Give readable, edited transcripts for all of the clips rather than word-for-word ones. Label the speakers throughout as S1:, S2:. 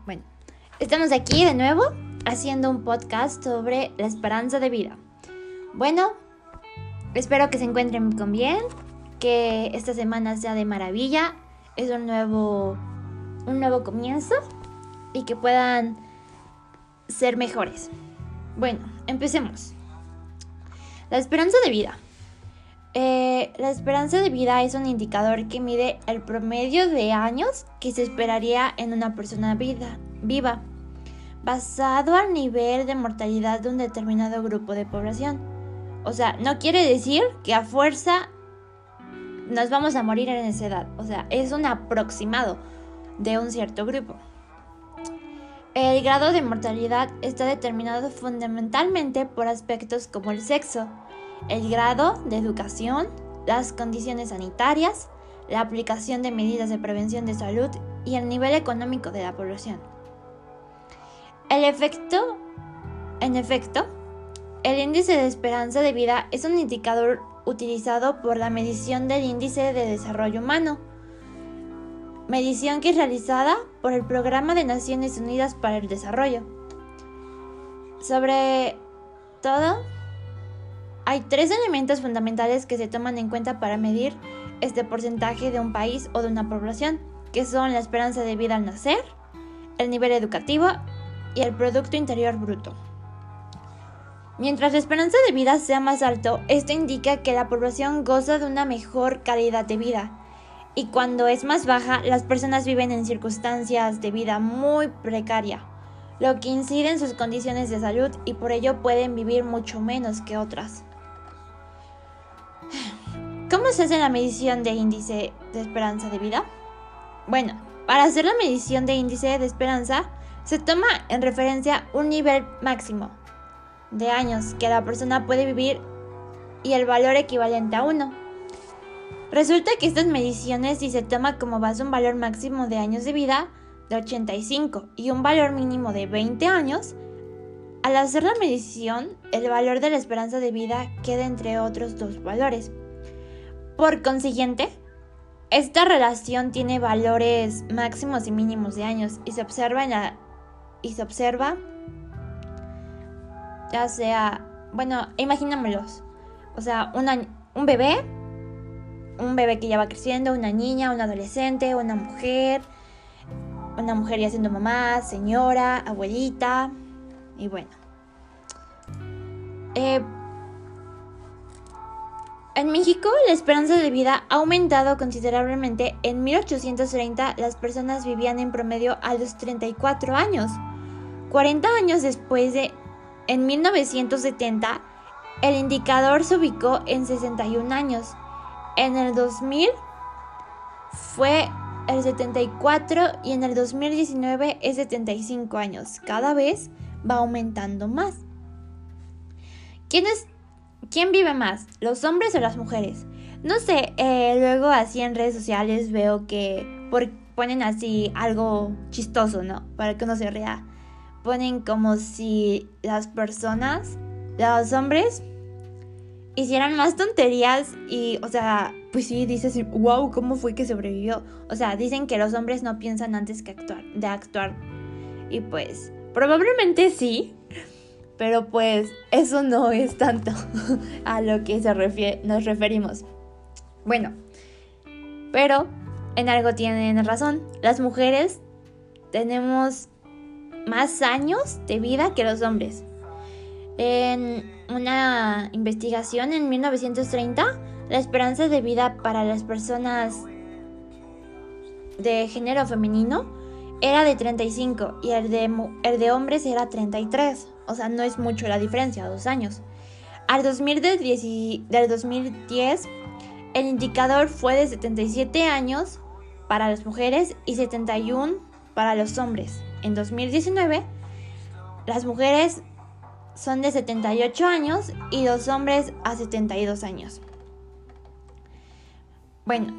S1: Bueno, estamos aquí de nuevo haciendo un podcast sobre la esperanza de vida. Bueno, espero que se encuentren con bien, que esta semana sea de maravilla, es un nuevo comienzo y que puedan ser mejores. Bueno, empecemos. La esperanza de vida. La esperanza de vida es un indicador que mide el promedio de años que se esperaría en una persona viva, basado al nivel de mortalidad de un determinado grupo de población. O sea, no quiere decir que a fuerza nos vamos a morir en esa edad. O sea, es un aproximado de un cierto grupo. El grado de mortalidad está determinado fundamentalmente por aspectos como el sexo, el grado de educación, las condiciones sanitarias, la aplicación de medidas de prevención de salud y el nivel económico de la población. En efecto, el índice de esperanza de vida es un indicador utilizado por la medición del índice de desarrollo humano, medición que es realizada por el Programa de Naciones Unidas para el Desarrollo. Sobre todo, hay 3 elementos fundamentales que se toman en cuenta para medir este porcentaje de un país o de una población, que son la esperanza de vida al nacer, el nivel educativo y el Producto Interior Bruto. Mientras la esperanza de vida sea más alto, esto indica que la población goza de una mejor calidad de vida, y cuando es más baja, las personas viven en circunstancias de vida muy precarias, lo que incide en sus condiciones de salud y por ello pueden vivir mucho menos que otras. ¿Cómo se hace la medición de índice de esperanza de vida? Bueno, para hacer la medición de índice de esperanza, se toma en referencia un nivel máximo de años que la persona puede vivir y el valor equivalente a 1. Resulta que estas mediciones, si se toma como base un valor máximo de años de vida de 85 y un valor mínimo de 20 años, al hacer la medición, el valor de la esperanza de vida queda entre otros 2 valores. Por consiguiente, esta relación tiene valores máximos y mínimos de años y se observa ya sea, bueno, imaginémoslos, o sea, un bebé que ya va creciendo, una niña, un adolescente, una mujer ya siendo mamá, señora, abuelita, y bueno. En México, la esperanza de vida ha aumentado considerablemente. En 1830, las personas vivían en promedio a los 34 años. 40 años después, en 1970, el indicador se ubicó en 61 años. En el 2000 fue el 74 y en el 2019 es 75 años. Cada vez va aumentando más. ¿Quién vive más? ¿Los hombres o las mujeres? No sé, luego así en redes sociales veo que ponen así algo chistoso, ¿no? Para que uno se ría. Ponen como si los hombres, hicieran más tonterías y, o sea, pues sí, dices, wow, ¿cómo fue que sobrevivió? O sea, dicen que los hombres no piensan antes de actuar. Y pues, probablemente sí. Pero pues eso no es tanto a lo que nos referimos. Bueno, pero en algo tienen razón. Las mujeres tenemos más años de vida que los hombres. En una investigación en 1930, la esperanza de vida para las personas de género femenino era de 35 y el de hombres era 33. O sea, no es mucho la diferencia, 2 años. Al 2010, el indicador fue de 77 años para las mujeres y 71 para los hombres. En 2019, las mujeres son de 78 años y los hombres a 72 años. Bueno,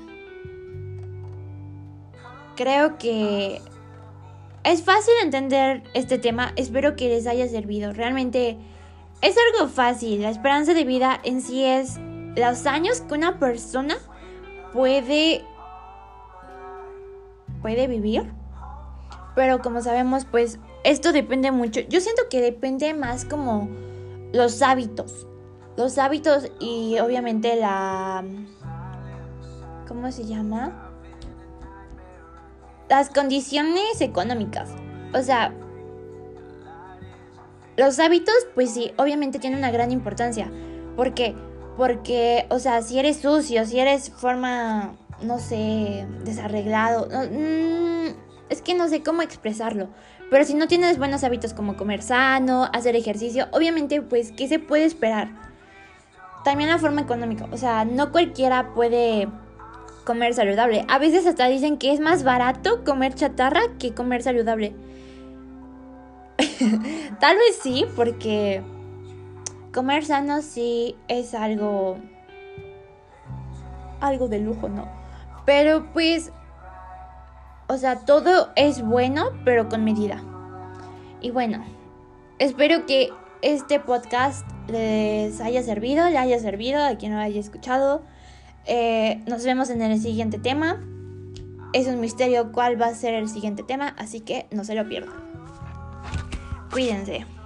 S1: creo que es fácil entender este tema, espero que les haya servido. Realmente es algo fácil. La esperanza de vida en sí es los años que una persona puede vivir, pero como sabemos, pues esto depende mucho. Yo siento que depende más como los hábitos y obviamente ¿cómo se llama? Las condiciones económicas. O sea, los hábitos, pues sí, obviamente tienen una gran importancia. ¿Por qué? Porque, o sea, si eres sucio, si eres forma, no sé, desarreglado, es que no sé cómo expresarlo. Pero si no tienes buenos hábitos como comer sano, hacer ejercicio, obviamente, pues, ¿qué se puede esperar? También la forma económica, o sea, no cualquiera puede comer saludable. A veces hasta dicen que es más barato comer chatarra que comer saludable. Tal vez sí, porque comer sano sí es algo de lujo, ¿no? Pero pues, o sea, todo es bueno, pero con medida. Y bueno, espero que este podcast les haya servido, le haya servido a quien lo haya escuchado. Nos vemos en el siguiente tema. Es un misterio cuál va a ser el siguiente tema, así que no se lo pierdan. Cuídense.